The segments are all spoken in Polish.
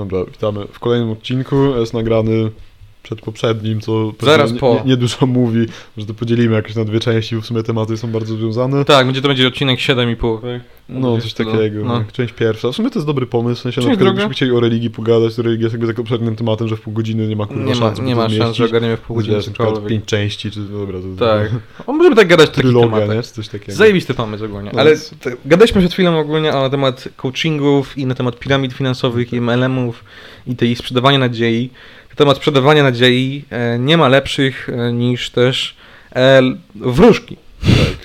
Dobra, witamy w kolejnym odcinku. Jest nagrany przed poprzednim, co zaraz po. Nie dużo mówi, że to podzielimy jakoś na dwie części, bo w sumie tematy są bardzo związane. Tak, to będzie odcinek 7,5. Tak? No, coś takiego. No. Część pierwsza. W sumie to jest dobry pomysł, w sensie na przykład jakbyśmy chcieli o religii pogadać, to religia jest jakby tak obszernym tematem, że w pół godziny nie ma szans. Nie ma szans, że ogarniemy w pół godziny. Na przykład 5 części, czy dobra. Tak. Możemy tak gadać o takich tematach. Nie? Czy coś takiego. Zajebisty pomysł ogólnie. No, ale gadaliśmy przed chwilą ogólnie na temat coachingów i na temat piramid finansowych i MLM-ów i tej sprzedawania nadziei. Na temat sprzedawania nadziei nie ma lepszych niż też wróżki. Tak.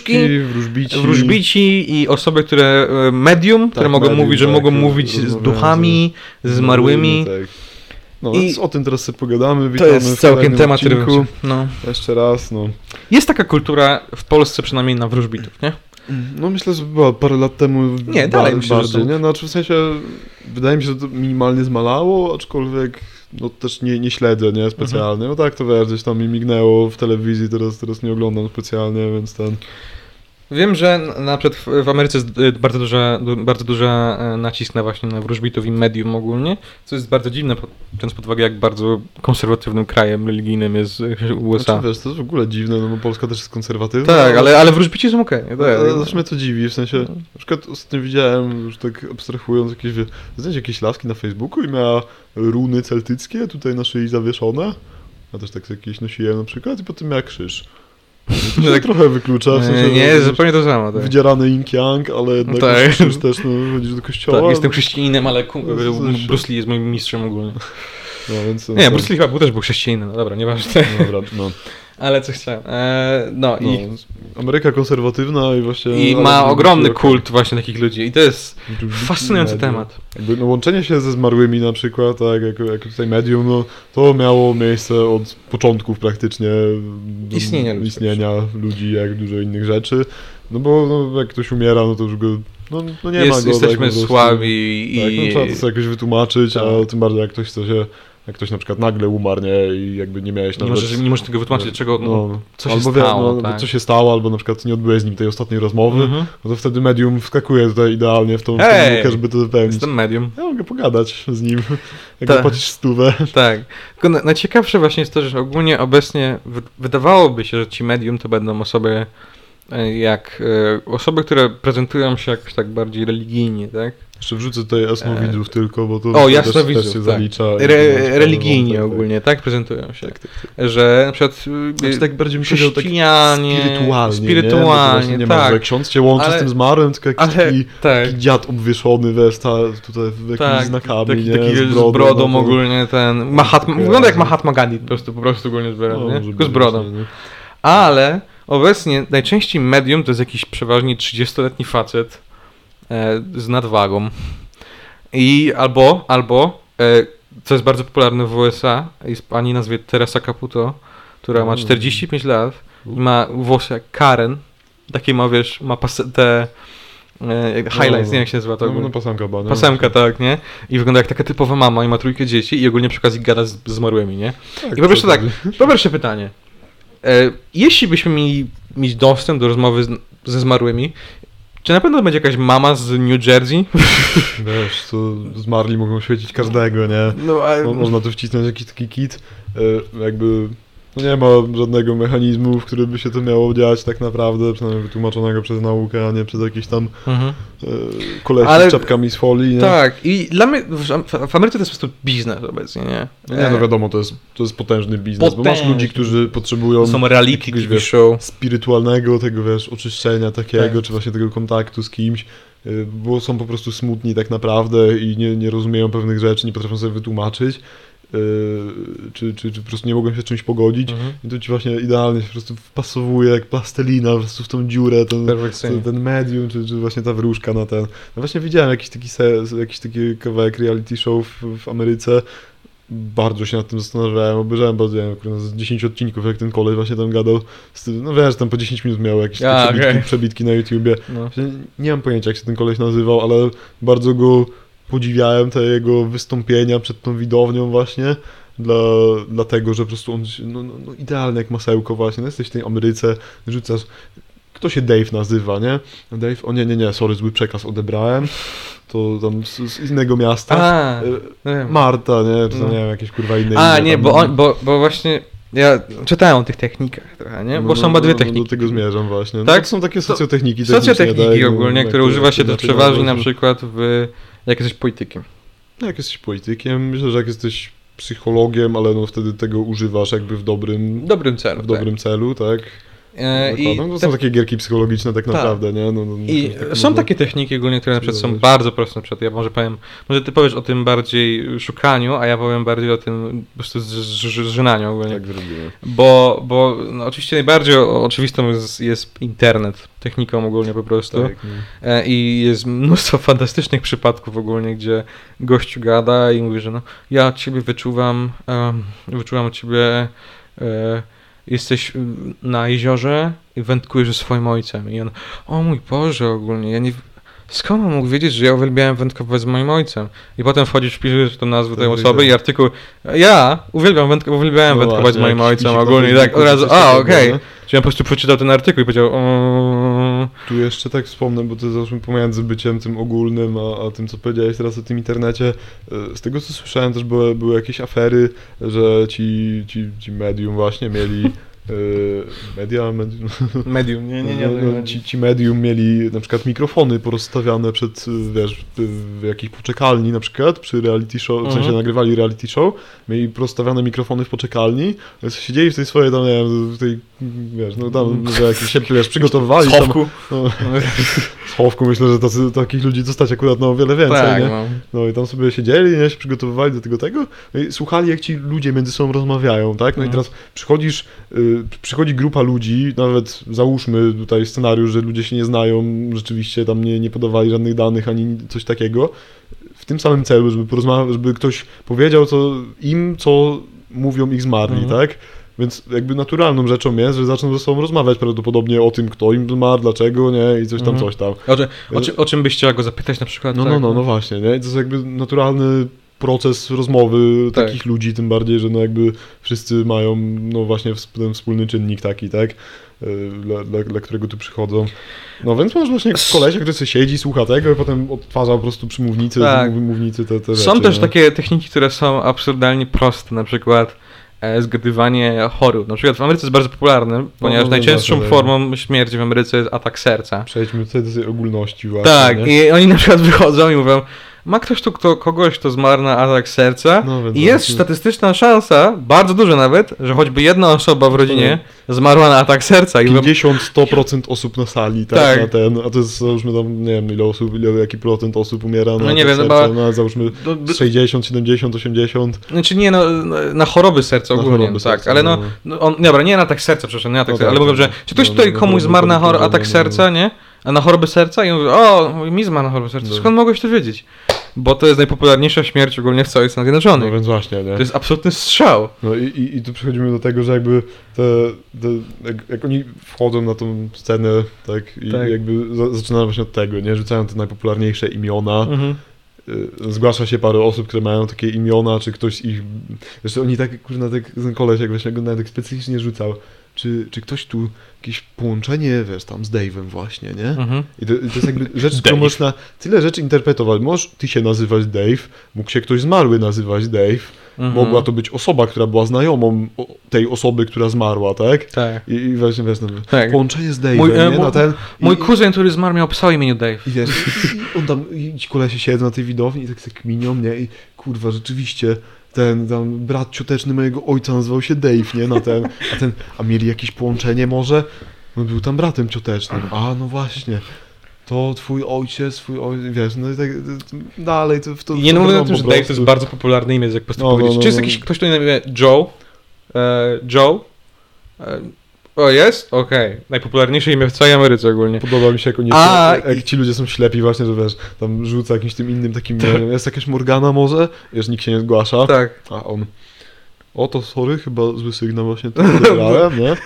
Wróżbici i osoby, które medium, które mogą mówić, że mogą mówić z duchami, z zmarłymi. Tak. No i więc o tym teraz sobie pogadamy. Witamy to jest całkiem temat, który jeszcze raz, Jest taka kultura w Polsce przynajmniej na wróżbitów, nie? No myślę, że była parę lat temu dalej myślę, bardziej, nie? Znaczy w sensie, wydaje mi się, że to minimalnie zmalało, aczkolwiek też nie śledzę, nie? Specjalnie. No tak, to wiesz, gdzieś tam mi mignęło w telewizji, teraz nie oglądam specjalnie, więc Wiem, że na przykład w Ameryce jest bardzo duży nacisk właśnie na wróżbitów i medium ogólnie, co jest bardzo dziwne, biorąc pod uwagę, jak bardzo konserwatywnym krajem religijnym jest USA. Znaczy, wiesz, to jest w ogóle dziwne, no bo Polska też jest konserwatywna. Tak, ale wróżbici są okej. Zawsze mnie to dziwi, w sensie, na przykład ostatnio widziałem, już tak abstrahując, jakieś laski na Facebooku i miała runy celtyckie tutaj na szyi zawieszone. Ja też tak jakieś nosiłem na przykład i potem miała krzyż. To się tak trochę wyklucza, w sensie, nie, jest zupełnie to samo. Tak. Wydzierany yin-yang, ale jednak krzyż też chodzisz do kościoła. Tak, jestem chrześcijaninem, ale Bruce Lee jest moim mistrzem ogólnie. No, więc, nie, Bruce Lee chyba też był chrześcijaninem, no dobra, nieważne. Dobra, Ale co chciałem. Ameryka konserwatywna i właśnie... I ma ogromny kult właśnie takich ludzi i to jest fascynujący temat. Jakby, łączenie się ze zmarłymi na przykład, tak, jako tutaj medium, to miało miejsce od początków praktycznie istnienia ludzi, jak dużo innych rzeczy. No bo jak ktoś umiera, to już go... nie ma go. Jesteśmy słabi i... trzeba to sobie jakoś wytłumaczyć, tak. A tym bardziej jak ktoś chce się... Jak ktoś na przykład nagle umarł, nie? I jakby nie miałeś nawet... Nie możesz tego wytłumaczyć, dlaczego, co się stało. Tak. Co się stało, albo na przykład nie odbyłeś z nim tej ostatniej rozmowy, no to wtedy medium wskakuje tutaj idealnie w tą lukę, żeby to wypełnić. Jestem medium. Ja mogę pogadać z nim, jak zapłacisz 100. Tak. Tylko najciekawsze właśnie jest to, że ogólnie obecnie wydawałoby się, że ci medium to będą osoby osoby, które prezentują się jakoś tak bardziej religijnie, tak? Jeszcze wrzucę tutaj jasnowidzów tylko, bo to też się zalicza. Religijnie ogólnie, tak prezentują się. Tak. Że na przykład tak bardziej myślał tak spirytualnie, nie tak. Ma, że ksiądz cię łączy z tym zmarłym, tylko jakiś taki dziad obwieszony, wiesz, tutaj jakimiś znakami, taki z brodą ogólnie, wygląda jak Mahatma Gandhi, po prostu ogólnie tylko z brodą. Ale obecnie najczęściej medium to jest jakiś przeważnie 30-letni facet z nadwagą. I albo co jest bardzo popularne w USA, jest pani nazwie Teresa Caputo, która ma 45 lat i ma włosy jak Karen. Takie ma, wiesz, ma te highlights, nie wiem jak się nazywa to ogólnie. Pasemka, tak, nie? I wygląda jak taka typowa mama i ma 3 dzieci i ogólnie przy okazji gada z zmarłymi, nie? Tak, i po prostu po pierwsze pytanie. Jeśli byśmy mieć dostęp do rozmowy ze zmarłymi, czy na pewno będzie jakaś mama z New Jersey? Wiesz, to zmarli mogą świecić każdego, nie? Można tu wcisnąć jakiś taki kit, jakby... nie ma żadnego mechanizmu, w którym by się to miało dziać tak naprawdę, przynajmniej wytłumaczonego przez naukę, a nie przez jakieś tam koleś z czapkami z folii, nie? Tak, i dla mnie w Ameryce to jest po prostu biznes obecnie, nie? No wiadomo, to jest potężny biznes, bo masz ludzi, którzy potrzebują są reality show spirytualnego, tego, wiesz, oczyszczenia takiego, czy właśnie tego kontaktu z kimś, bo są po prostu smutni tak naprawdę i nie rozumieją pewnych rzeczy, nie potrafią sobie wytłumaczyć. Czy po prostu nie mogłem się z czymś pogodzić i to ci właśnie idealnie się po prostu wpasowuje jak plastelina po prostu w tą dziurę, ten medium, czy właśnie ta wróżka na ten. No właśnie widziałem jakiś taki kawałek reality show w Ameryce, bardzo się nad tym zastanawiałem, obejrzałem bardzo, z 10 odcinków, jak ten koleś właśnie tam gadał, no wiesz, tam po 10 minut miał jakieś przebitki na YouTubie. No. Nie mam pojęcia, jak się ten koleś nazywał, ale bardzo go podziwiałem, te jego wystąpienia przed tą widownią właśnie, dlatego, że po prostu on idealny jak masełko właśnie, jesteś w tej Ameryce, rzucasz kto się Dave nazywa, nie? Dave, o nie, sorry, zły przekaz odebrałem. To tam z innego miasta. Marta, nie? Czy tam, nie wiem, jakieś kurwa inne. Bo właśnie ja czytałem o tych technikach trochę, nie? Bo są dwie techniki. Do tego zmierzam właśnie. Tak? To są takie socjotechniki. Socjotechniki ogólnie, które używa się też przeważnie na przykład jak jesteś politykiem. No, jak jesteś politykiem, myślę, że jak jesteś psychologiem, ale no wtedy tego używasz jakby w dobrym celu, tak? To są takie gierki psychologiczne tak naprawdę, nie? I są takie techniki ogólnie, które na przykład są bardzo proste. Na przykład ja może ty powiesz o tym bardziej szukaniu, a ja powiem bardziej o tym po prostu zżynaniu ogólnie. Tak zrobimy. Bo no, oczywiście najbardziej oczywistą jest internet, techniką ogólnie po prostu. Tak, i jest mnóstwo fantastycznych przypadków ogólnie, gdzie gościu gada i mówi, że no ja ciebie wyczuwam od ciebie... jesteś na jeziorze i wędkujesz ze swoim ojcem. I on, o mój Boże, ogólnie, ja nie... Skąd on mógł wiedzieć, że ja uwielbiałem wędkować z moim ojcem? I potem wchodzisz, wpisujesz tę nazwę tej osoby i artykuł, ja uwielbiałem wędkować z moim ojcem ogólnie. I tak od razu, okej. Czyli on po prostu przeczytał ten artykuł i powiedział, Tu jeszcze tak wspomnę, bo to załóżmy pomiędzy byciem tym ogólnym, a tym, co powiedziałeś teraz o tym internecie. Z tego, co słyszałem, też były jakieś afery, że ci medium właśnie mieli... Medium, nie. Ci medium mieli na przykład mikrofony porozstawiane przed, w jakiejś poczekalni na przykład, przy reality show, w sensie nagrywali reality show, mieli porozstawiane mikrofony w poczekalni, więc siedzieli w tej swojej tam, nie wiem, w tej, jakieś przygotowywali. Schowku, myślę, że takich ludzi dostać akurat o wiele więcej, tak, nie? No i tam sobie siedzieli, nie, się przygotowywali do tego, no i słuchali, jak ci ludzie między sobą rozmawiają, tak? No i teraz przychodzi grupa ludzi, nawet załóżmy tutaj scenariusz, że ludzie się nie znają, rzeczywiście tam nie podawali żadnych danych, ani coś takiego, w tym samym celu, żeby porozmawiać, żeby ktoś powiedział co mówią ich zmarli, tak? Więc jakby naturalną rzeczą jest, że zaczną ze sobą rozmawiać prawdopodobnie o tym, kto im zmarł, dlaczego, nie, i coś tam. O czym byś chciała go zapytać na przykład? No właśnie, nie? To jest jakby naturalny proces rozmowy takich ludzi, tym bardziej, że no jakby wszyscy mają no właśnie ten wspólny czynnik taki, tak? Dla którego tu przychodzą. No więc masz właśnie kolesia, który sobie siedzi, słucha tego i potem odtwarza po prostu przy mównicy, te rzeczy. Są też takie techniki, które są absurdalnie proste, na przykład zgadywanie chorób. Na przykład w Ameryce jest bardzo popularne, ponieważ najczęstszą formą śmierci w Ameryce jest atak serca. Przejdźmy tutaj do tej ogólności właśnie. Tak, nie? I oni na przykład wychodzą i mówią, ma ktoś tu kogoś, kto zmarł na atak serca i jest statystyczna szansa, bardzo duża nawet, że choćby jedna osoba w rodzinie zmarła na atak serca. 50-100% osób na sali, tak? A to jest, załóżmy tam, nie wiem jaki procent osób umiera na atak serca, załóżmy 60, 70, 80. Znaczy nie, na choroby serca ogólnie, tak, ale dobra, nie na atak serca, przepraszam, nie na atak serca, ale mówię, że czy ktoś tutaj komuś zmarł na atak serca, nie? A na chorobę serca? I mówię, mi zmarł na chorobę serca, skąd mogłeś to wiedzieć? Bo to jest najpopularniejsza śmierć ogólnie w całych Stanach Zjednoczonych. No więc właśnie, nie? To jest absolutny strzał. No i tu przechodzimy do tego, że jakby jak oni wchodzą na tą scenę, tak, i jakby zaczynają właśnie od tego, nie? Rzucają te najpopularniejsze imiona. Zgłasza się parę osób, które mają takie imiona, czy ktoś ich... Zresztą oni tak, kurna, ten koleś, jak właśnie go nawet tak specyficznie rzucał. Czy ktoś tu jakieś połączenie, wiesz, tam z Dave'em właśnie, nie? I to jest jakby rzecz, którą można tyle rzeczy interpretować. Możesz ty się nazywać Dave, mógł się ktoś zmarły nazywać Dave, mogła to być osoba, która była znajomą tej osoby, która zmarła, tak? Tak. I właśnie, wiesz, połączenie z Dave'em, mój kuzyn, który zmarł, miał psa o imieniu Dave. I wiesz, on tam, ci kolesie siedzą na tej widowni i tak sobie kminią, nie? I kurwa, rzeczywiście... Ten tam brat cioteczny mojego ojca nazywał się Dave, nie? A mieli jakieś połączenie może? No był tam bratem ciotecznym. No właśnie. To twój ojciec, wiesz, no i tak dalej. Nie mówię o tym, że Dave to jest bardzo popularne imię, jak po prostu powiedzieć. Czy jest jakiś ktoś, kto na imię Joe? Joe? Jest? Okej. Najpopularniejsze imię w całej Ameryce ogólnie. Podoba mi się, jak ci ludzie są ślepi właśnie, że wiesz, tam rzuca jakimś tym innym takim, nie wiem, jest jakaś Morgana może? Wiesz, nikt się nie zgłasza. Tak. A on... to sorry, chyba zły sygnał właśnie to wybrałem, nie?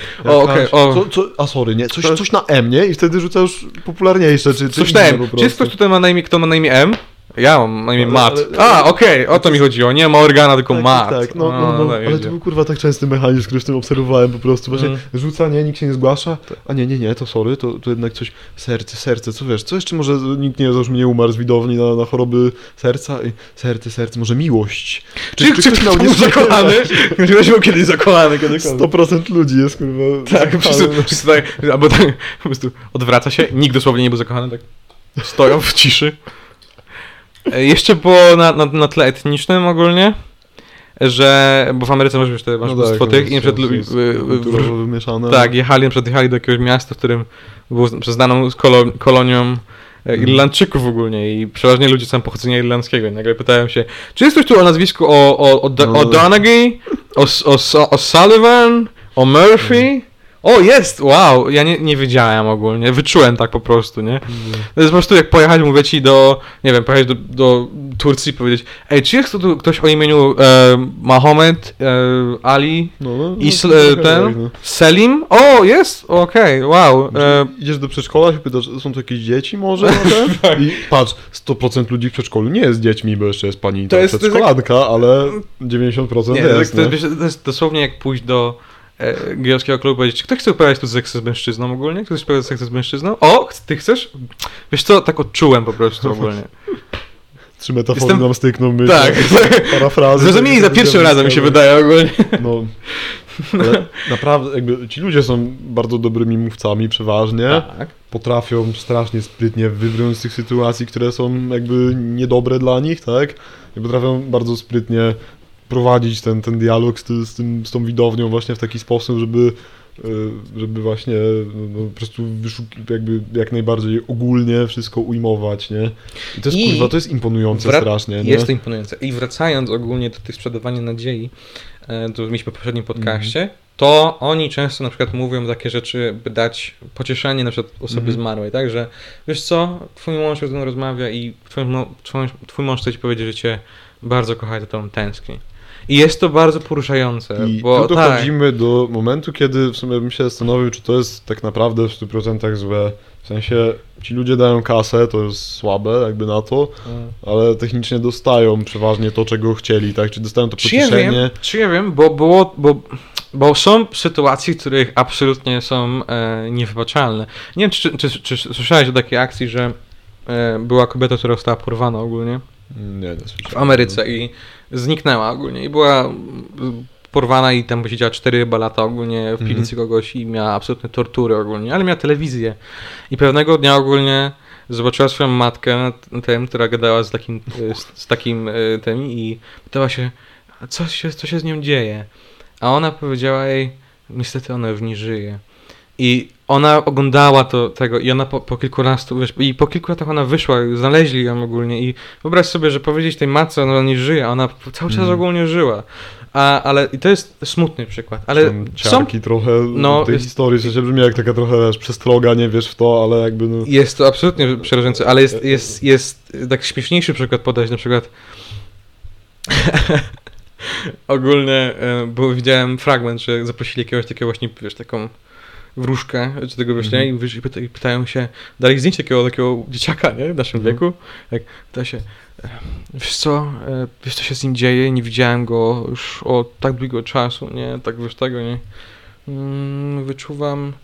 Sorry, nie? Coś na M, nie? I wtedy rzuca już popularniejsze, czy coś na M. Czy jest ktoś, kto ma na imię M? Ja mam na imię Matt. Okej, o to mi chodziło. Nie Morgana, tylko Matt. Tak, ale to był kurwa tak częsty mechanizm, który w tym obserwowałem po prostu. Właśnie rzucanie, nikt się nie zgłasza. A nie, to sorry, to jednak coś, serce, co wiesz, co jeszcze może nikt nie umarł z widowni na choroby serca? Serce, może miłość. Czy ktoś miał nie zakochany? Ktoś był kiedyś zakochany. 100% ludzi jest kurwa tak, albo tak, po prostu odwraca się, nikt dosłownie nie był zakochany, tak stoją w ciszy. Jeszcze było na tle etnicznym ogólnie, bo w Ameryce masz mnóstwo tych i na przykład wymieszane. Tak, jechali do jakiegoś miasta, w którym było znaną kolonią Irlandczyków ogólnie i przeważnie ludzie są pochodzenia irlandzkiego. I nagle pytałem się, czy jest ktoś tu o nazwisku O'Donoghue, o Sullivan, o Murphy? O, jest! Wow! Ja nie wiedziałem ogólnie. Wyczułem tak po prostu, nie? To jest po prostu jak pojechać, mówię ci pojechać do Turcji i powiedzieć, czy jest tu ktoś o imieniu Mahomet, Ali i Selim? O, jest! Okej, wow. Idziesz do przedszkola i pytasz, są to jakieś dzieci może? I patrz, 100% ludzi w przedszkolu nie jest dziećmi, bo jeszcze jest pani przedszkolanka, ale 90% jest. To jest dosłownie jak pójść do gejowskiego klubu powiedzieć, czy ktoś chce uprawiać tu seks z mężczyzną ogólnie? Ktoś uprawiać seks z mężczyzną? O, ty chcesz? Wiesz co, tak odczułem po prostu ogólnie. 3 metafory nam stykną, tak. Parafrazy. Zrozumieli za pierwszym razem, mi się wydaje ogólnie. No, ale naprawdę ci ludzie są bardzo dobrymi mówcami przeważnie. Tak. Potrafią strasznie sprytnie wybrnąć z tych sytuacji, które są jakby niedobre dla nich, tak? I potrafią bardzo sprytnie prowadzić ten dialog z tą widownią właśnie w taki sposób, żeby właśnie po prostu jakby jak najbardziej ogólnie wszystko ujmować, nie? I to jest to jest imponujące strasznie, nie? Jest to imponujące. I wracając ogólnie do tych sprzedawania nadziei, to mieliśmy w poprzednim podcaście, to oni często na przykład mówią takie rzeczy, by dać pocieszenie na przykład osobie zmarłej, tak? Że wiesz co, twój mąż z tym rozmawia i twój mąż chce ci powiedzieć, że cię bardzo kocha i za tobą tęskni. I jest to bardzo poruszające. I tu dochodzimy do momentu, kiedy w sumie bym się zastanowił, czy to jest tak naprawdę w 100% złe. W sensie ci ludzie dają kasę, to jest słabe jakby na to, ale technicznie dostają przeważnie to, czego chcieli, tak? Czy dostają to pocieszenie? Czy ja wiem, bo są sytuacje, w których absolutnie są niewybaczalne. Nie wiem, czy słyszałeś o takiej akcji, że była kobieta, która została porwana ogólnie? Nie słyszałem. W Ameryce i zniknęła ogólnie i była porwana i tam siedziała 4 lata ogólnie w piwnicy kogoś i miała absolutne tortury ogólnie, ale miała telewizję i pewnego dnia ogólnie zobaczyła swoją matkę, która gadała z takim tym i pytała się, co się z nią dzieje, a ona powiedziała jej, niestety ona już nie żyje. I ona oglądała tego i ona po kilkunastu, i po kilku latach ona wyszła, znaleźli ją ogólnie i wyobraź sobie, że powiedzieć tej matce, ona nie żyje, a ona cały czas ogólnie żyła. Ale i to jest smutny przykład, ale są trochę tej historii, że się brzmi jak taka trochę przestroga, nie wiesz w to, ale jakby Jest to absolutnie przerażające, ale jest tak śmieszniejszy przykład podać, na przykład ogólnie, bo widziałem fragment, że zaprosili jakiegoś takiego właśnie, taką wróżkę, czy tego właśnie, i pytają się, dali zdjęcie takiego dzieciaka, nie, w naszym wieku, jak pyta się, wiesz co się z nim dzieje, nie widziałem go już od tak długiego czasu, nie, tak wiesz tego, nie, wyczuwam,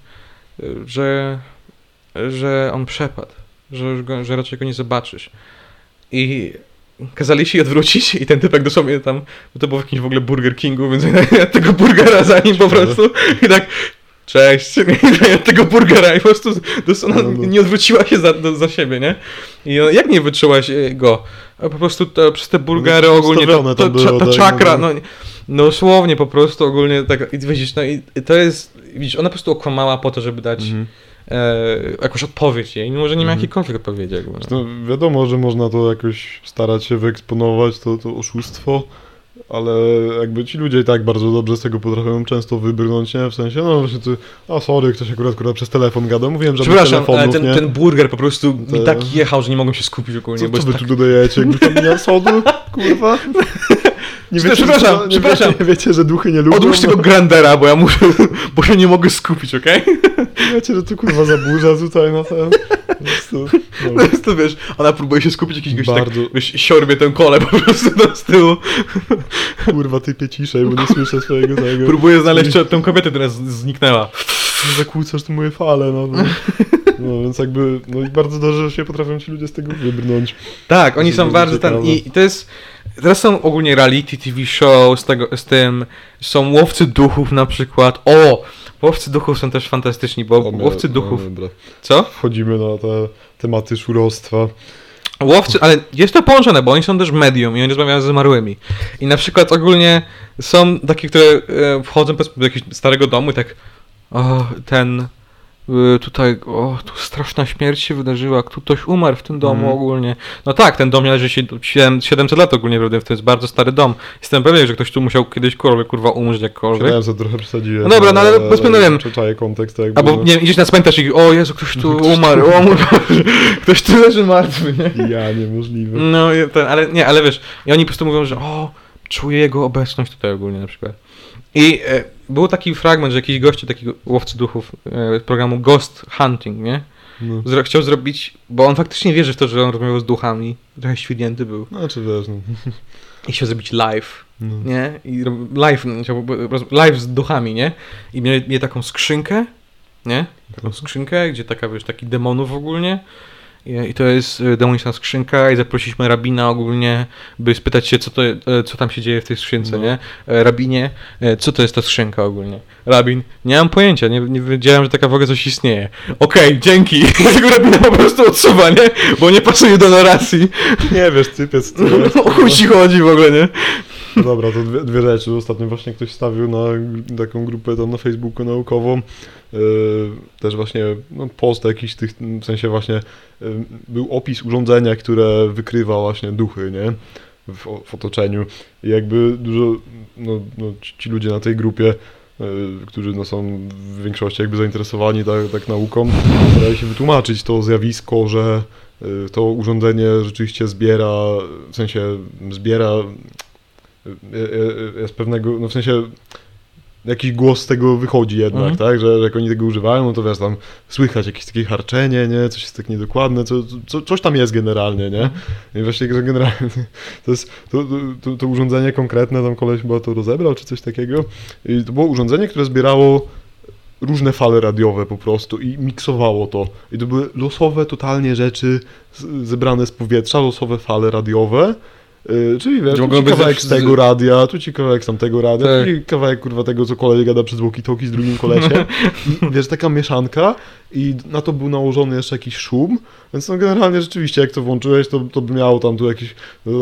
że on przepadł, że raczej go nie zobaczysz. I kazali się odwrócić i ten typek dosłownie tam, bo to było w jakimś w ogóle Burger Kingu, więc ja tego burgera za nim po prostu i tak cześć, tego burgera i po prostu nie odwróciła się za siebie, nie? I jak nie wyczułaś go? A po prostu przez te burgery ogólnie, ta czakra, dosłownie po prostu ogólnie tak, i widzisz, i to jest, widzisz, ona po prostu okłamała po to, żeby dać jakąś odpowiedź jej, mimo że nie ma jakiejkolwiek odpowiedzi. No, wiadomo, że można to jakoś starać się wyeksponować, to oszustwo, ale jakby ci ludzie i tak bardzo dobrze z tego potrafią często wybrnąć, nie? W sensie, sorry, ktoś akurat przez telefon gada, mówiłem, że telefonów, ten burger po prostu mi tak jechał, że nie mogłem się skupić ogólnie. Co wy tu dodajecie? Jakby tam nie sodu, kurwa? Nie przepraszam. Nie wiecie, że duchy nie lubią? Odłóż tego grandera, bo ja muszę, bo się nie mogę skupić, okej? Wiecie, że to kurwa zaburza tutaj na ten... To wiesz, ona próbuje się skupić, jakiś gość bardzo... tak, wiesz, siorbie tę kolę po prostu z tyłu. Kurwa, typie ciszej, bo nie słyszę swojego tego. Próbuję znaleźć tę kobietę, która zniknęła. Zakłócasz tu moje fale, no więc jakby, no i bardzo dobrze, że się potrafią ci ludzie z tego wybrnąć. Tak, oni są bardzo tam i to jest... Teraz są ogólnie reality TV show z tym, są Łowcy Duchów na przykład. Łowcy Duchów są też fantastyczni, bo Łowcy Duchów... Co? Wchodzimy na te tematy szurostwa. Łowcy, ale jest to połączone, bo oni są też medium i oni rozmawiają ze zmarłymi. I na przykład ogólnie są takie, które wchodzą do jakiegoś starego domu i tak tutaj, tu straszna śmierć się wydarzyła, tu ktoś umarł w tym domu ogólnie. No tak, ten dom leży 700 lat ogólnie, prawda? To jest bardzo stary dom. Jestem pewien, że ktoś tu musiał kiedyś kurwa umrzeć jakkolwiek. Ja sobie trochę przesadziłem. No dobra, no ale rozumiem. Czaję kontekst. Jakby, albo nie, idziesz na cmentarz i Jezu, ktoś tu umarł, ktoś tu leży martwy, nie? Ja, niemożliwe. No, ale wiesz, i oni po prostu mówią, że czuję jego obecność tutaj ogólnie na przykład. I był taki fragment, że jakiś goście takiego Łowcy Duchów z programu Ghost Hunting, nie? No. Chciał zrobić, bo on faktycznie wierzy w to, że on rozmawiał z duchami. Trochę świnięty był. Czy wiesz, no. I chciał zrobić live, nie? I live z duchami, nie? I mieli taką skrzynkę, nie? Taką skrzynkę, gdzie taki demonów ogólnie. I to jest demoniczna skrzynka i zaprosiliśmy rabina ogólnie, by spytać się, co tam się dzieje w tej skrzynce, nie? Rabinie, co to jest ta skrzynka ogólnie? Rabin, nie mam pojęcia, nie wiedziałem, że taka w ogóle coś istnieje. Okej, dzięki. Tego rabina po prostu odsuwa, nie? Bo nie pasuje do narracji. Nie wiesz, typiec. O chuj ci chodzi w ogóle, nie? No dobra, to dwie rzeczy. Ostatnio właśnie ktoś stawił na taką grupę tam na Facebooku naukową. Też właśnie post jakiś tych, w sensie właśnie był opis urządzenia, które wykrywa właśnie duchy, nie? W otoczeniu. I jakby dużo, ci ludzie na tej grupie, którzy są w większości jakby zainteresowani tak nauką, starają się wytłumaczyć to zjawisko, że to urządzenie rzeczywiście zbiera jest pewnego, w sensie jakiś głos z tego wychodzi jednak, tak, że jak oni tego używają, no to wiesz, tam słychać jakieś takie harczenie, nie, coś jest tak niedokładne, coś tam jest generalnie, nie, i właśnie, że generalnie to jest to urządzenie konkretne, tam koleś chyba to rozebrał, czy coś takiego, i to było urządzenie, które zbierało różne fale radiowe po prostu i miksowało to. I to były losowe totalnie rzeczy zebrane z powietrza, losowe fale radiowe. Czyli wiesz, tu ci kawałek z tego radia, tu ci kawałek z tamtego radia, tu ci kawałek kurwa tego, co kolej gada przez walkie-talkie z drugim kolesiem. I wiesz, taka mieszanka i na to był nałożony jeszcze jakiś szum, więc no generalnie rzeczywiście jak to włączyłeś, to by miało tam tu jakiś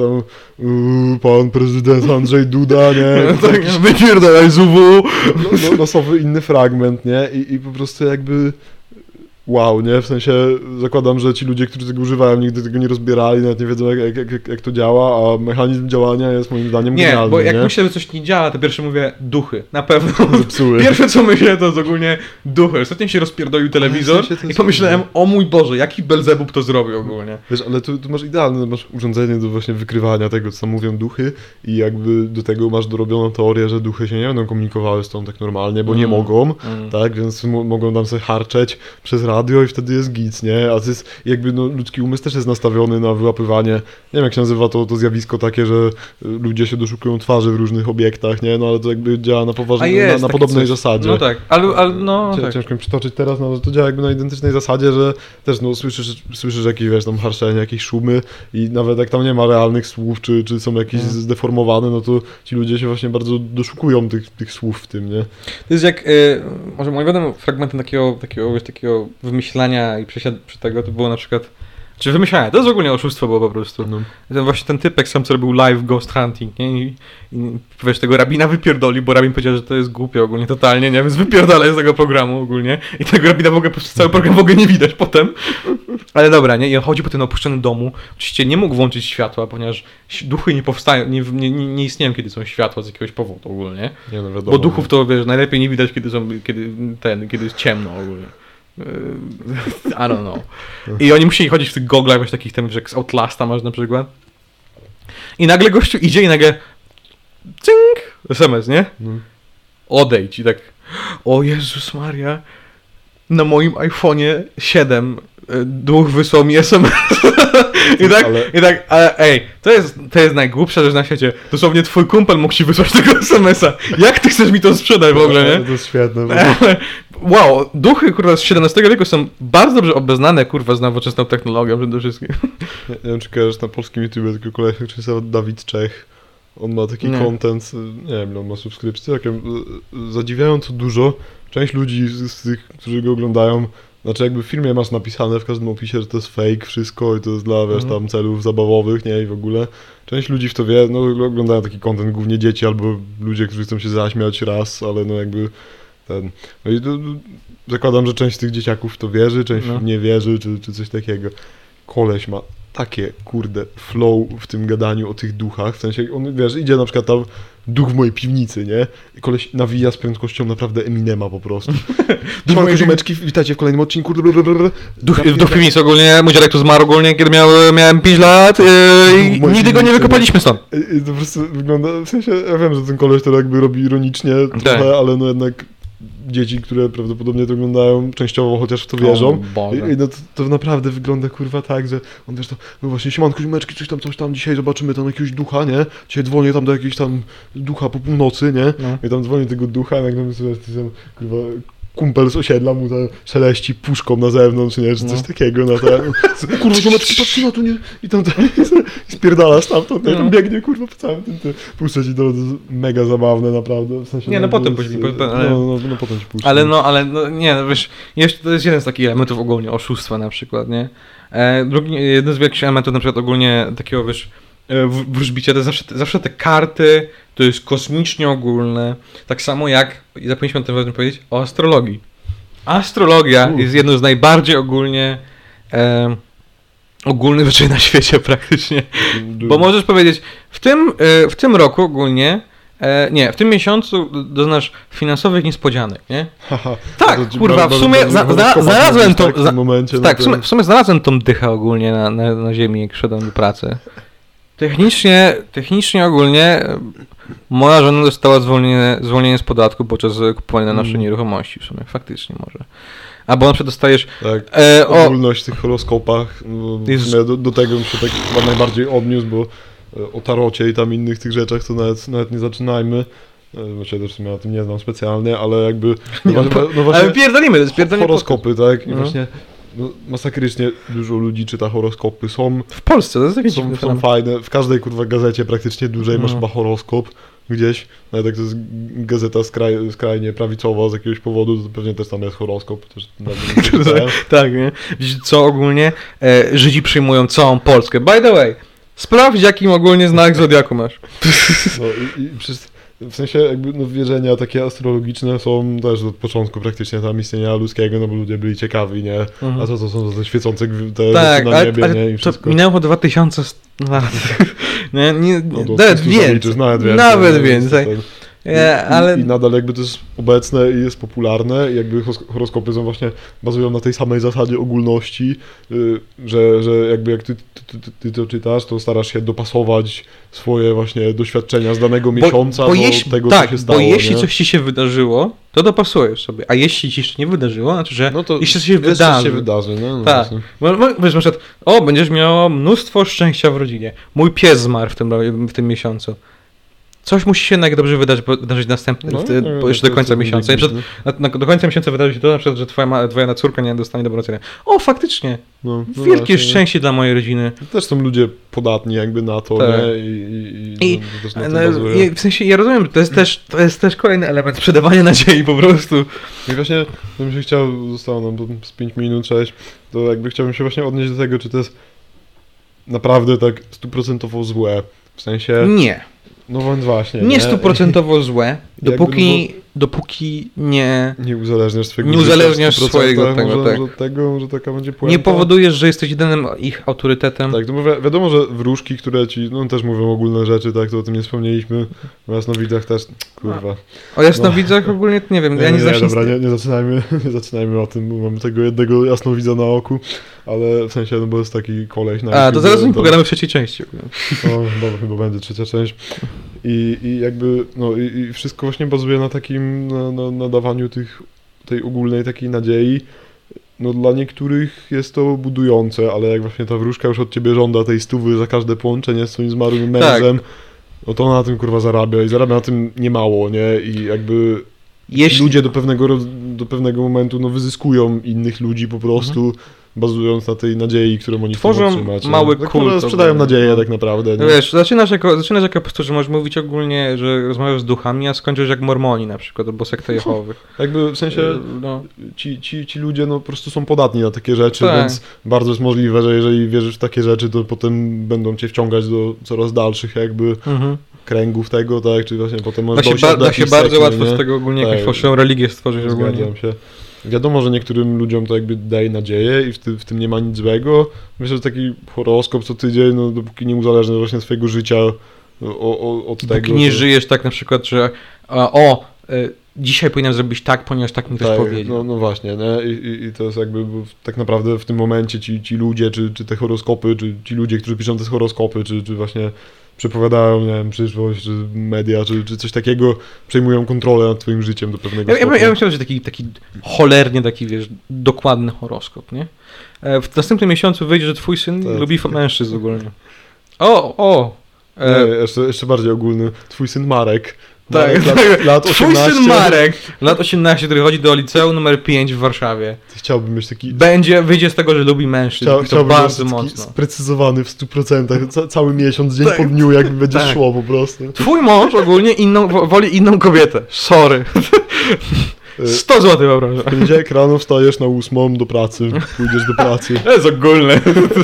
pan prezydent Andrzej Duda, nie? Wypierdalaj z UW! Losowy inny fragment, nie? I po prostu jakby... Wow, nie? W sensie zakładam, że ci ludzie, którzy tego używają, nigdy tego nie rozbierali, nawet nie wiedzą jak to działa, a mechanizm działania jest moim zdaniem genialny. Bo jak myślę, że coś nie działa, to pierwsze mówię duchy, na pewno. Zepsuły. Pierwsze co myślę to jest ogólnie duchy. Ostatnio się rozpierdolił telewizor i pomyślałem, o mój Boże, jaki Belzebub to zrobił ogólnie. Wiesz, ale tu masz idealne, masz urządzenie do właśnie wykrywania tego, co mówią duchy i jakby do tego masz dorobioną teorię, że duchy się nie będą komunikowały z tą tak normalnie, bo nie mogą, tak, więc mogą tam sobie harczeć przez radio i wtedy jest gic, nie? A to jest jakby ludzki umysł też jest nastawiony na wyłapywanie, nie wiem jak się nazywa to zjawisko takie, że ludzie się doszukują twarzy w różnych obiektach, nie? No ale to jakby działa na poważnie, na podobnej zasadzie. No tak, ale no tak. Ciężko mi przytoczyć teraz, no ale to działa jakby na identycznej zasadzie, że też słyszysz jakieś, wiesz, tam harczenie, jakieś szumy i nawet jak tam nie ma realnych słów, czy są jakieś zdeformowane, no to ci ludzie się właśnie bardzo doszukują tych słów w tym, nie? To jest jak, może moim wiadomo fragmentem takiego wymyślania i przesiad przy tego to było na przykład, czy wymyślania, to jest ogólnie oszustwo było po prostu. Właśnie ten typek sam, co robił live Ghost Hunting, nie? I wiesz, tego rabina wypierdoli, bo rabin powiedział, że to jest głupie ogólnie, totalnie, nie? Więc wypierdolę z tego programu ogólnie i tego rabina w ogóle, cały program w ogóle nie widać potem. Ale dobra, nie? I on chodzi po tym opuszczonym domu, oczywiście nie mógł włączyć światła, ponieważ duchy nie powstają, nie istnieją, kiedy są światła z jakiegoś powodu ogólnie. Nie, no wiadomo, bo duchów to, wiesz, najlepiej nie widać, kiedy jest ciemno ogólnie. I don't know. I oni musieli chodzić w tych goglach, właśnie takich tam, że jak z Outlasta masz na przykład. I nagle gościu idzie i nagle cynk! SMS, nie? Odejdź. I tak, o Jezus Maria. na moim iPhone'ie 7 duch wysłał mi SMS. Ale ej, to jest najgłupsza rzecz na świecie. Dosłownie twój kumpel mógł ci wysłać tego SMS-a. Jak ty chcesz mi to sprzedać w ogóle, nie? To jest świetne. Wow, duchy, kurwa, z XVII wieku są bardzo dobrze obeznane, kurwa, z nowoczesną technologią przede wszystkim. Nie wiem, czy kojarzysz na polskim YouTube tylko koleś, który się nazywa Dawid Czech. On ma taki content, nie wiem, on ma subskrypcję, zadziwiająco dużo. Część ludzi z tych, którzy go oglądają, znaczy jakby w filmie masz napisane w każdym opisie, że to jest fake wszystko i to jest dla, wiesz, tam celów zabawowych, nie, i w ogóle. Część ludzi w to wie, no oglądają taki content, głównie dzieci albo ludzie, którzy chcą się zaśmiać raz, ale no jakby no i zakładam, że część z tych dzieciaków w to wierzy, część nie wierzy, czy coś takiego. Koleś ma takie, kurde, flow w tym gadaniu o tych duchach, w sensie, on, wiesz, idzie na przykład tam duch w mojej piwnicy, nie? I koleś nawija z prędkością naprawdę Eminema po prostu. Siemanko, ziomeczki, witajcie w kolejnym odcinku. Duch w piwnicy ogólnie, mój dziadek tu zmarł ogólnie, kiedy miałem 5 lat i nigdy go nie wykopaliśmy stąd. I to po prostu wygląda, w sensie, ja wiem, że ten koleś to jakby robi ironicznie trochę, ale no jednak dzieci, które prawdopodobnie to oglądają, częściowo chociaż w to wierzą. I no to naprawdę wygląda, kurwa, tak, że on, wiesz, to, no właśnie, siemanko, ziomeczki, coś tam, dzisiaj zobaczymy tam jakiegoś ducha, nie? Dzisiaj dzwonię tam do jakiegoś tam ducha po północy, nie? I tam dzwonię tego ducha, i nagle sobie, kurwa, kumpel z osiedla mu szeleści puszką na zewnątrz, nie? Czy coś takiego, no to kurwa, ziomeczki, patrzcie na to, nie? I tam spierdala stamtąd, i tam biegnie, kurwa, po całym tym, puszczę ci to jest mega zabawne, naprawdę, w sensie... Nie, no potem później, no potem ci puszczę. Ale nie, no wiesz, jeszcze to jest jeden z takich elementów ogólnie oszustwa na przykład, nie? Jeden z większych elementów na przykład ogólnie takiego, wiesz, wróżbicia, to zawsze te karty, to jest kosmicznie ogólne, tak samo jak, zapomnieliśmy o tym powiedzieć, o astrologii. Astrologia jest jedną z najbardziej ogólnych rzeczy na świecie praktycznie, bo możesz powiedzieć, w tym roku ogólnie, w tym miesiącu doznasz finansowych niespodzianek, nie? Tak, kurwa, w sumie znalazłem tą, w sumie znalazłem tą dychę ogólnie na ziemi, jak szedłem do pracy. Technicznie ogólnie moja żona dostała zwolnienie z podatku podczas kupowania naszej nieruchomości w sumie, faktycznie może. Albo na przykład dostajesz... Tak, ogólność w tych horoskopach, do tego bym się tak chyba najbardziej odniósł, bo o tarocie i tam innych tych rzeczach to nawet nie zaczynajmy. Właściwie też w sumie o tym nie znam specjalnie, ale jakby... No właśnie, ale pierdolimy. Horoskopy, tak? I właśnie... No, masakrycznie dużo ludzi czyta horoskopy, w Polsce, to jest jakieś są fajne, w każdej kurwa gazecie praktycznie dużej masz chyba horoskop gdzieś, nawet jak to jest gazeta skrajnie prawicowa z jakiegoś powodu, to pewnie też tam jest horoskop. Też tak, nie? Widzisz, co ogólnie Żydzi przyjmują całą Polskę. By the way, sprawdź jakim ogólnie znak zodiaku masz. No w sensie jakby wierzenia takie astrologiczne są też od początku praktycznie tam istnienia ludzkiego, no bo ludzie byli ciekawi, nie? A co to są te świecące te tak, na niebie, nie? I wszystko. To minęło 2000 lat. Nawet więcej. Ale... I nadal jakby to jest obecne i jest popularne i jakby horoskopy są właśnie, bazują na tej samej zasadzie ogólności, że jakby jak ty to czytasz, to starasz się dopasować swoje właśnie doświadczenia z danego miesiąca do tego, co się stało. Bo jeśli coś ci się wydarzyło, to dopasujesz sobie, a jeśli ci się nie wydarzyło, znaczy, że no to jeśli coś się wydarzy. No tak. Wiesz, na przykład, będziesz miał mnóstwo szczęścia w rodzinie. Mój pies zmarł w tym miesiącu. Coś musi się jednak dobrze wydarzyć jeszcze do końca miesiąca. Do końca miesiąca wydarzy się to, na przykład, że twoja córka nie dostanie dobrą ocenę. O, faktycznie. Wielkie szczęście dla mojej rodziny. Też są ludzie podatni jakby na to, tak. Nie? W sensie, ja rozumiem, to jest też kolejny element sprzedawania nadziei po prostu. I właśnie, bym się chciał, zostało nam z 5 minut, 6, to jakby chciałbym się właśnie odnieść do tego, czy to jest naprawdę tak 100% złe. W sensie... Nie. No więc właśnie. Nie 100% złe, dopóki nie uzależniasz swojego od tego, że taka będzie puenta. Nie powodujesz, że jesteś jedynym ich autorytetem. Tak, to wiadomo, że wróżki, które ci, też mówią ogólne rzeczy, tak, to o tym nie wspomnieliśmy. O jasnowidzach też, kurwa. O jasnowidzach ogólnie nie wiem, ja nie znam. Dobra, nie zaczynajmy o tym, bo mamy tego jednego jasnowidza na oku, ale w sensie, bo jest taki koleś na to zaraz mi pogadamy w trzeciej części. Dobra, chyba będzie trzecia część. I jakby, i wszystko właśnie bazuje na takim, na dawaniu tych tej ogólnej takiej nadziei, no dla niektórych jest to budujące, ale jak właśnie ta wróżka już od ciebie żąda tej 100 za każde połączenie z swoim zmarłym mężem, no to ona na tym kurwa zarabia i zarabia na tym niemało, nie? I jakby ludzie do pewnego momentu no wyzyskują innych ludzi po prostu, bazując na tej nadziei, którą oni tworzą chcą otrzymać. mały kult. Sprzedają nadzieję tak naprawdę. Nie? Wiesz, zaczynasz jako pastor, że możesz mówić ogólnie, że rozmawiasz z duchami, a skończysz jak Mormoni na przykład, albo sekta Jehowych. Jakby w sensie ci ludzie no po prostu są podatni na takie rzeczy, więc bardzo jest możliwe, że jeżeli wierzysz w takie rzeczy, to potem będą cię wciągać do coraz dalszych jakby kręgów tego, tak, czy właśnie potem możesz da się bardzo łatwo z tego ogólnie jakąś fałszywą religię stworzyć ogólnie. Zgadzam się. Wiadomo, że niektórym ludziom to jakby daje nadzieję i w tym nie ma nic złego. Myślę, że taki horoskop co tydzień, no dopóki nie uzależniasz właśnie swojego życia od tego. Dopóki nie żyjesz tak na przykład, że dzisiaj powinienem zrobić tak, ponieważ tak mi ktoś powiedział. No właśnie, nie? I to jest jakby tak naprawdę w tym momencie ci ludzie, czy te horoskopy, czy ci ludzie, którzy piszą te horoskopy, czy właśnie przepowiadają, nie wiem, przyszłość, czy media, czy coś takiego, przejmują kontrolę nad twoim życiem do pewnego stopnia. Ja bym chciał, że taki cholernie taki, wiesz, dokładny horoskop, nie? W następnym miesiącu wyjdzie, że twój syn lubi mężczyzn ogólnie. Nie, jeszcze bardziej ogólny. Twój syn Marek. Lat 18. Twój syn Marek, lat 18, który chodzi do liceum numer 5 w Warszawie. Chciałbym mieć taki... Wyjdzie z tego, że lubi mężczyzn. To bardzo mocno. Sprecyzowany w 100%. Cały miesiąc, dzień po dniu, jakby będzie szło po prostu. Twój mąż ogólnie woli inną kobietę. Sorry. 100 zł poproszę. W poniedziałek rano wstajesz na 8 do pracy. Pójdziesz do pracy. To jest ogólne.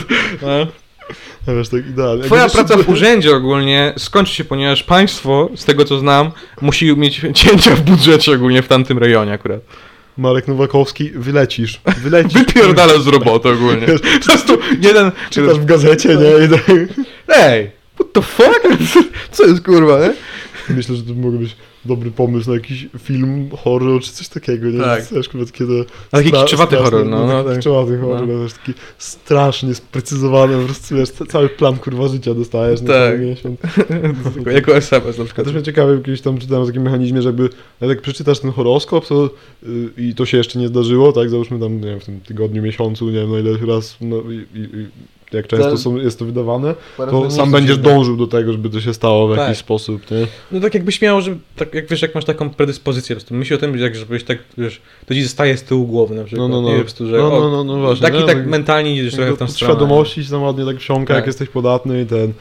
Wiesz, tak idealnie. Twoja praca w urzędzie ogólnie skończy się, ponieważ państwo, z tego co znam, musi mieć cięcia w budżecie ogólnie w tamtym rejonie akurat. Marek Nowakowski, wylecisz. Wypierdalasz z roboty ogólnie. Czytasz w gazecie, nie? Ej, what the fuck? Co jest kurwa, nie? Myślę, że to mógł być dobry pomysł na jakiś film, horror czy coś takiego, nie? Tak. Wiesz, kiedy ale jakiś krzywaty horror, tak. Krzywaty horror, też taki strasznie sprecyzowany, po prostu wiesz, cały plan kurwa życia dostajesz na cały miesiąc. Jako SMS na przykład. Też mnie ciekawe, kiedyś tam czytałem o takim mechanizmie, że jakby jak przeczytasz ten horoskop, to i to się jeszcze nie zdarzyło, tak, załóżmy tam, nie wiem, w tym tygodniu, miesiącu, nie wiem, no ile raz, no jak często jest to wydawane, to sam będziesz dążył do tego, żeby to się stało w jakiś sposób, nie? No tak jakbyś miał, że tak, jak wiesz, jak masz taką predyspozycję, po prostu myśl o tym, żebyś tak, wiesz, to ci zostaje z tyłu głowy na przykład, no właśnie. Tak mentalnie idziesz trochę w tą stronę. Świadomości się tam ładnie tak wsiąka, jak jesteś podatny i ten...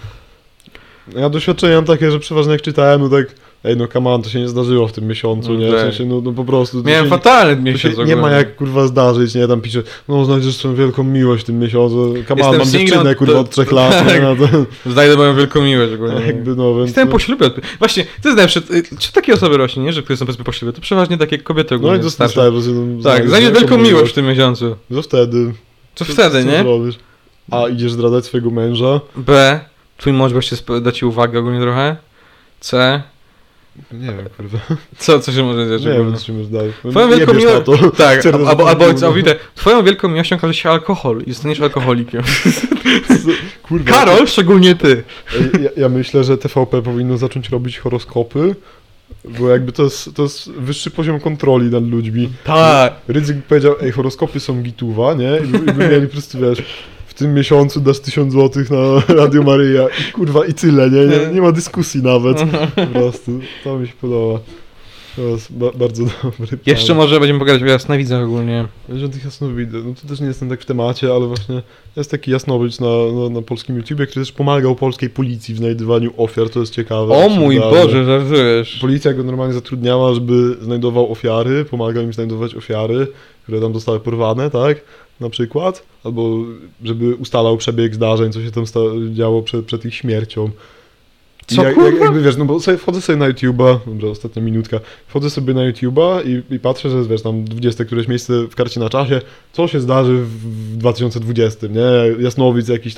Ja doświadczenia mam takie, że przeważnie jak czytałem, no tak, come on, to się nie zdarzyło w tym miesiącu, nie? W sensie, no po prostu... Miałem fatalny miesiąc. Nie ma jak, kurwa, zdarzyć, nie? Tam pisze, no znajdziesz swoją wielką miłość w tym miesiącu. Come on, mam dziewczynę, kurwa, od 3 lat, nie? Znajdę moją wielką miłość ogólnie. Jakby, no, więc... Jestem po ślubie. Właśnie, to jest najlepsze, czy takie osoby rośnie, nie? Że które są powiedzmy po ślubie, to przeważnie takie kobiety ogólnie. No i dostaję, tak, znajdziesz wielką miłość w tym miesiącu. Co wtedy? Co wtedy, nie? Zrobisz? A, idziesz zdradzać swojego męża? B, twój mąż właśnie da ci uwagę ogólnie trochę. C. Nie wiem, kurwa. Co się może dziać? Nie wiem, co się może dać. Twoją wielką miłością... Tak, albo twoją wielką miłością okaże się alkohol i zostaniesz alkoholikiem. Kurwa. Karol, szczególnie ty. Ja myślę, że TVP powinno zacząć robić horoskopy, bo jakby to jest wyższy poziom kontroli nad ludźmi. Tak. Rydzyk powiedział, horoskopy są gituwa, nie? I by mieli po prostu, wiesz... W tym miesiącu dasz 1000 zł na Radio Maryja i kurwa i tyle, nie ma dyskusji nawet, po prostu, to mi się podoba. To jest bardzo dobry plan. Jeszcze może będziemy pogadać o jasnowidzach ogólnie. O tych jasnowidzach, no to też nie jestem tak w temacie, ale właśnie jest taki jasnowidz na polskim YouTubie, który też pomagał polskiej policji w znajdywaniu ofiar, to jest ciekawe. O mój Boże, żartujesz. Policja go normalnie zatrudniała, żeby znajdował ofiary, pomagał im znajdować ofiary, które tam zostały porwane, tak? Na przykład, albo żeby ustalał przebieg zdarzeń, co się tam działo przed ich śmiercią. Co, jakby wiesz, no bo wchodzę sobie na YouTube'a, dobra, ostatnia minutka, wchodzę sobie na YouTube'a i patrzę, że jest, wiesz, tam 20 któreś miejsce w karcie na czasie, co się zdarzy w 2020, nie? Jasnowic jakiś.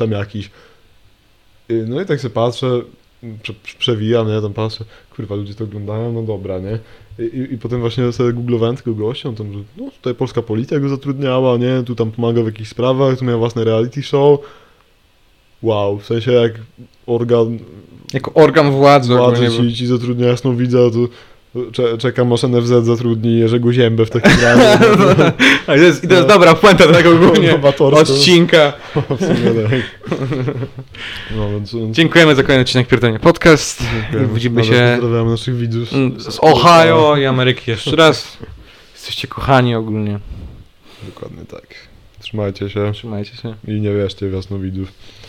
No i tak sobie patrzę, przewijam, nie? Tam patrzę, kurwa, ludzie to oglądają, no dobra, nie? I potem właśnie sobie googlowałem tego gościa, tam, że no tutaj polska policja go zatrudniała, nie? Tu tam pomaga w jakichś sprawach, tu miał własne reality show. Wow, w sensie jak organ... Jako organ władzy ci zatrudnia jasnowidza, to Czekam, aż NFZ zatrudni Jerzego Ziębę w takim razie. I to jest dobra puenta tego ogólnie odcinka. W sumie tak. Dziękujemy za kolejny odcinek Pierdolnie Podcast. Widzimy się pozdrawiamy naszych widzów z Ohio i Ameryki jeszcze raz. Jesteście kochani ogólnie. Dokładnie tak. Trzymajcie się. Trzymajcie się. I nie wierzcie w jasnowidzów.